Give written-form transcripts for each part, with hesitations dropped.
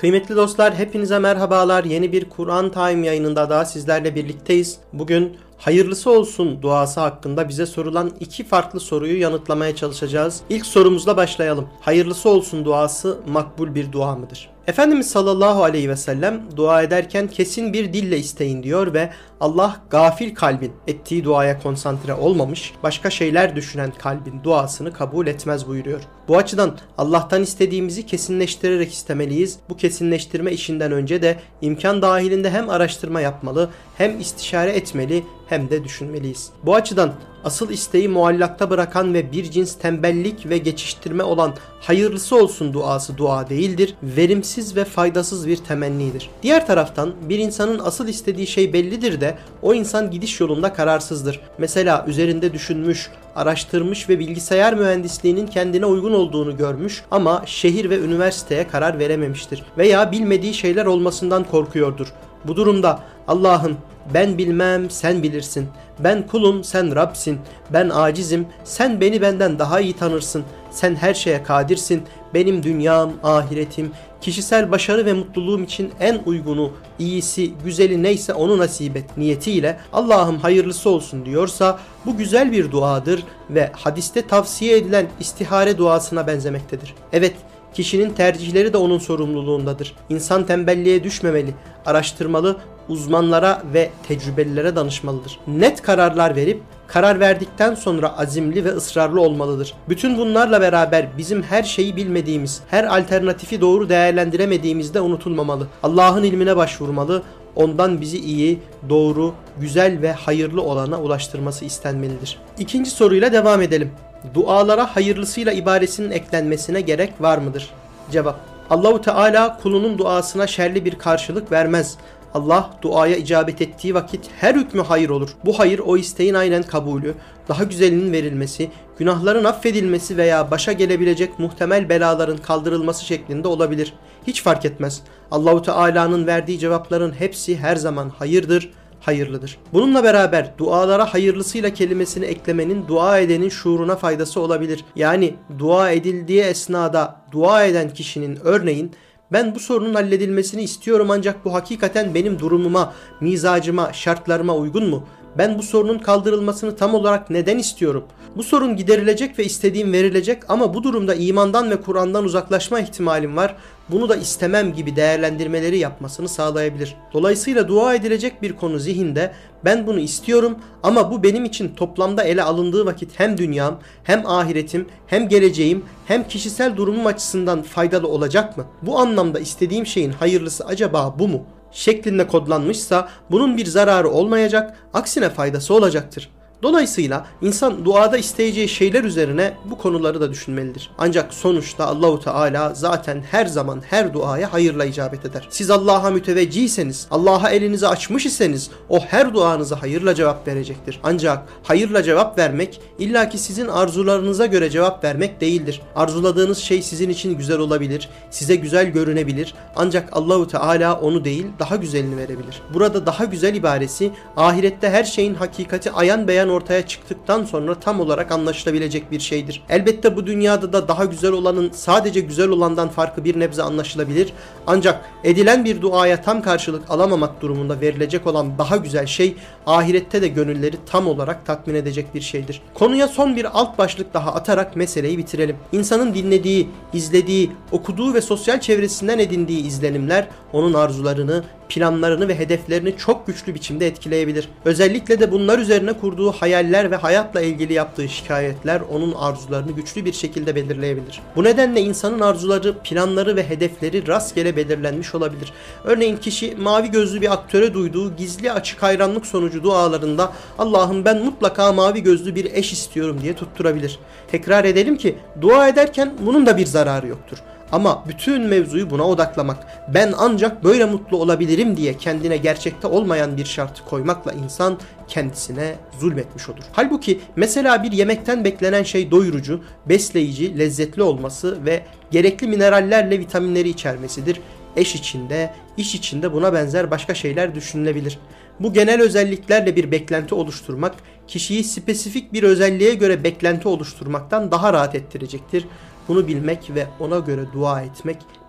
Kıymetli dostlar, hepinize merhabalar. Yeni bir Kur'an Time yayınında daha sizlerle birlikteyiz. Bugün hayırlısı olsun duası hakkında bize sorulan iki farklı soruyu yanıtlamaya çalışacağız. İlk sorumuzla başlayalım. Hayırlısı olsun duası makbul bir dua mıdır? Efendimiz sallallahu aleyhi ve sellem dua ederken kesin bir dille isteyin diyor ve Allah gafil kalbin ettiği duaya konsantre olmamış, başka şeyler düşünen kalbin duasını kabul etmez buyuruyor. Bu açıdan Allah'tan istediğimizi kesinleştirerek istemeliyiz. Bu kesinleştirme işinden önce de imkan dahilinde hem araştırma yapmalı, hem istişare etmeli, hem de düşünmeliyiz. Bu açıdan asıl isteği muallakta bırakan ve bir cins tembellik ve geçiştirme olan hayırlısı olsun duası dua değildir, verimsiz ve faydasız bir temennidir. Diğer taraftan bir insanın asıl istediği şey bellidir de o insan gidiş yolunda kararsızdır. Mesela üzerinde düşünmüş, araştırmış ve bilgisayar mühendisliğinin kendine uygun olduğunu görmüş ama şehir ve üniversiteye karar verememiştir veya bilmediği şeyler olmasından korkuyordur. Bu durumda Allah'ım ben bilmem sen bilirsin, ben kulum sen Rab'sin, ben acizim sen beni benden daha iyi tanırsın, sen her şeye kadirsin, benim dünyam, ahiretim, kişisel başarı ve mutluluğum için en uygunu, iyisi, güzeli neyse onu nasip et niyetiyle Allah'ım hayırlısı olsun diyorsa bu güzel bir duadır ve hadiste tavsiye edilen istihare duasına benzemektedir. Evet, kişinin tercihleri de onun sorumluluğundadır. İnsan tembelliğe düşmemeli, araştırmalı, uzmanlara ve tecrübelilere danışmalıdır. Net kararlar verip karar verdikten sonra azimli ve ısrarlı olmalıdır. Bütün bunlarla beraber bizim her şeyi bilmediğimiz, her alternatifi doğru değerlendiremediğimiz de unutulmamalı. Allah'ın ilmine başvurmalı, ondan bizi iyi, doğru, güzel ve hayırlı olana ulaştırması istenmelidir. İkinci soruyla devam edelim. Dualara hayırlısıyla ibaresinin eklenmesine gerek var mıdır? Cevap: Allahu Teala kulunun duasına şerli bir karşılık vermez. Allah duaya icabet ettiği vakit her hükmü hayır olur. Bu hayır o isteğin aynen kabulü, daha güzelinin verilmesi, günahların affedilmesi veya başa gelebilecek muhtemel belaların kaldırılması şeklinde olabilir. Hiç fark etmez. Allahu Teala'nın verdiği cevapların hepsi her zaman hayırdır, hayırlıdır. Bununla beraber dualara hayırlısıyla kelimesini eklemenin dua edenin şuuruna faydası olabilir. Yani dua edildiği esnada dua eden kişinin örneğin ben bu sorunun halledilmesini istiyorum ancak bu hakikaten benim durumuma, mizacıma, şartlarıma uygun mu? Ben bu sorunun kaldırılmasını tam olarak neden istiyorum? Bu sorun giderilecek ve istediğim verilecek ama bu durumda imandan ve Kur'an'dan uzaklaşma ihtimalim var. Bunu da istemem gibi değerlendirmeleri yapmasını sağlayabilir. Dolayısıyla dua edilecek bir konu zihinde ben bunu istiyorum ama bu benim için toplamda ele alındığı vakit hem dünyam, hem ahiretim, hem geleceğim, hem kişisel durumum açısından faydalı olacak mı? Bu anlamda istediğim şeyin hayırlısı acaba bu mu? Şeklinde kodlanmışsa bunun bir zararı olmayacak, aksine faydası olacaktır. Dolayısıyla insan duada isteyeceği şeyler üzerine bu konuları da düşünmelidir. Ancak sonuçta Allahu Teala zaten her zaman her duaya hayırla icabet eder. Siz Allah'a müteveccihseniz, Allah'a elinizi açmış iseniz o her duanıza hayırla cevap verecektir. Ancak hayırla cevap vermek illaki sizin arzularınıza göre cevap vermek değildir. Arzuladığınız şey sizin için güzel olabilir, size güzel görünebilir ancak Allahu Teala onu değil daha güzelini verebilir. Burada daha güzel ibaresi ahirette her şeyin hakikati ayan beyan ortaya çıktıktan sonra tam olarak anlaşılabilecek bir şeydir. Elbette bu dünyada da daha güzel olanın sadece güzel olandan farkı bir nebze anlaşılabilir. Ancak edilen bir duaya tam karşılık alamamak durumunda verilecek olan daha güzel şey ahirette de gönülleri tam olarak tatmin edecek bir şeydir. Konuya son bir alt başlık daha atarak meseleyi bitirelim. İnsanın dinlediği, izlediği, okuduğu ve sosyal çevresinden edindiği izlenimler onun arzularını, planlarını ve hedeflerini çok güçlü biçimde etkileyebilir. Özellikle de bunlar üzerine kurduğu hayaller ve hayatla ilgili yaptığı şikayetler onun arzularını güçlü bir şekilde belirleyebilir. Bu nedenle insanın arzuları, planları ve hedefleri rastgele belirlenmiş olabilir. Örneğin kişi mavi gözlü bir aktöre duyduğu gizli açık hayranlık sonucu dualarında Allah'ım ben mutlaka mavi gözlü bir eş istiyorum diye tutturabilir. Tekrar edelim ki dua ederken bunun da bir zararı yoktur. Ama bütün mevzuyu buna odaklamak, ben ancak böyle mutlu olabilirim diye kendine gerçekte olmayan bir şartı koymakla insan kendisine zulmetmiş olur. Halbuki mesela bir yemekten beklenen şey doyurucu, besleyici, lezzetli olması ve gerekli minerallerle vitaminleri içermesidir. Eş içinde, iş içinde buna benzer başka şeyler düşünülebilir. Bu genel özelliklerle bir beklenti oluşturmak, kişiyi spesifik bir özelliğe göre beklenti oluşturmaktan daha rahat ettirecektir. Bunu bilmek ve ona göre dua etmek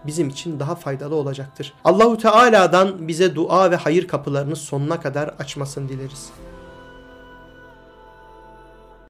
bizim için daha faydalı olacaktır. Allahu Teala'dan bize dua ve hayır kapılarını sonuna kadar açmasını dileriz.